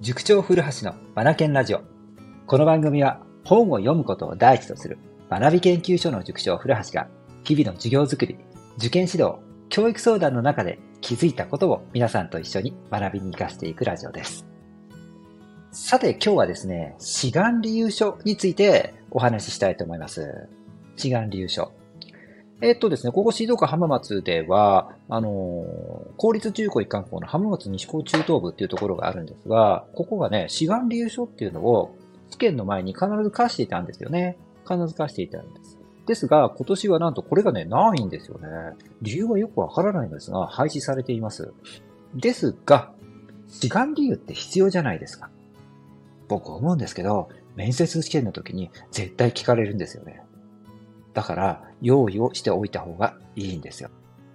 塾長古橋のマナケンラジオ。この番組は本を読むことを第一とする学び研究所の塾長古橋が日々の授業づくり、受験指導、教育相談の中で気づいたことを皆さんと一緒に学びに活かしていくラジオです。さて今日はですね、志願理由書についてお話ししたいと思います。志願理由書。ですね、ここ静岡浜松では、公立中高一貫校の浜松西高中等部っていうところがあるんですが、ここがね、志願理由書っていうのを試験の前に必ず貸していたんですよね。必ず貸していたんです。ですが、今年はなんとこれがね、ないんですよね。理由はよくわからないんですが、廃止されています。ですが、志願理由って必要じゃないですか。僕思うんですけど、面接試験の時に絶対聞かれるんですよね。だから、用意をしておいた方がいいんですよ。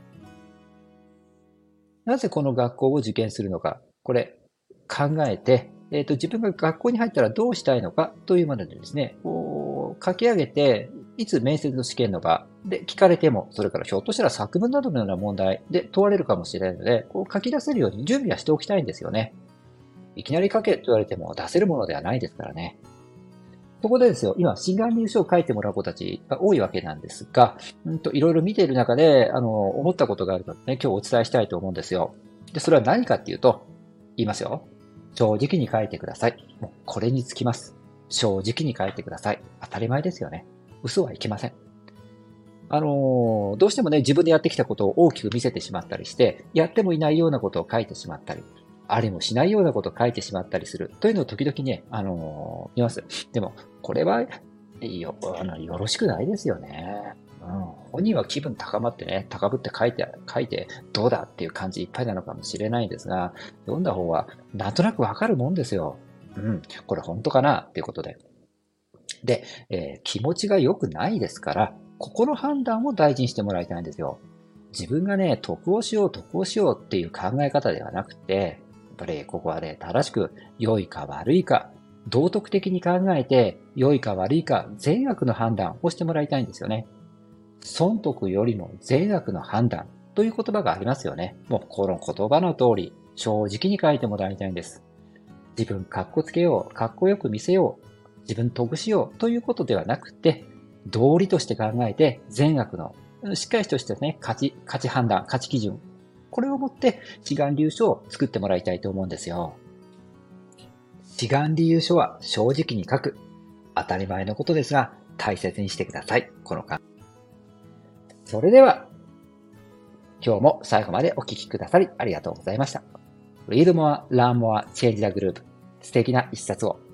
なぜこの学校を受験するのか、これ考えて、自分が学校に入ったらどうしたいのかというものでですね、こう書き上げて、いつ面接の試験の場で聞かれても、それからひょっとしたら作文などのような問題で問われるかもしれないので、こう書き出せるように準備はしておきたいんですよね。いきなり書けと言われても出せるものではないですからね。そこでですよ、今、志願理由書を書いてもらう子たちが多いわけなんですが、いろいろ見ている中で、思ったことがあるのでね、今日お伝えしたいと思うんですよ。で、それは何かっていうと、言いますよ。正直に書いてください。もう、これにつきます。正直に書いてください。当たり前ですよね。嘘はいけません。どうしてもね、自分でやってきたことを大きく見せてしまったりして、やってもいないようなことを書いてしまったり、ありもしないようなことを書いてしまったりするというのを時々ね、見ます。でも、これは、よろしくないですよね。本人は気分高まってね、高ぶって書いて、どうだっていう感じいっぱいなのかもしれないんですが、読んだ方はなんとなくわかるもんですよ。これ本当かなっていうことで。で、気持ちが良くないですから、ここの判断を大事にしてもらいたいんですよ。自分がね、得をしようっていう考え方ではなくて、やっぱりここはね、正しく良いか悪いか、道徳的に考えて良いか悪いか善悪の判断をしてもらいたいんですよね。損得よりも善悪の判断という言葉がありますよね。もうこの言葉の通り、正直に書いてもらいたいんです。自分かっこつけよう、かっこよく見せよう、自分得しようということではなくて、道理として考えて善悪のしっかりとしたね、価値判断、価値基準。これをもって志願理由書を作ってもらいたいと思うんですよ。志願理由書は正直に書く。当たり前のことですが、大切にしてください。この間。それでは、今日も最後までお聞きくださりありがとうございました。Read more, learn more, change the group。素敵な一冊を。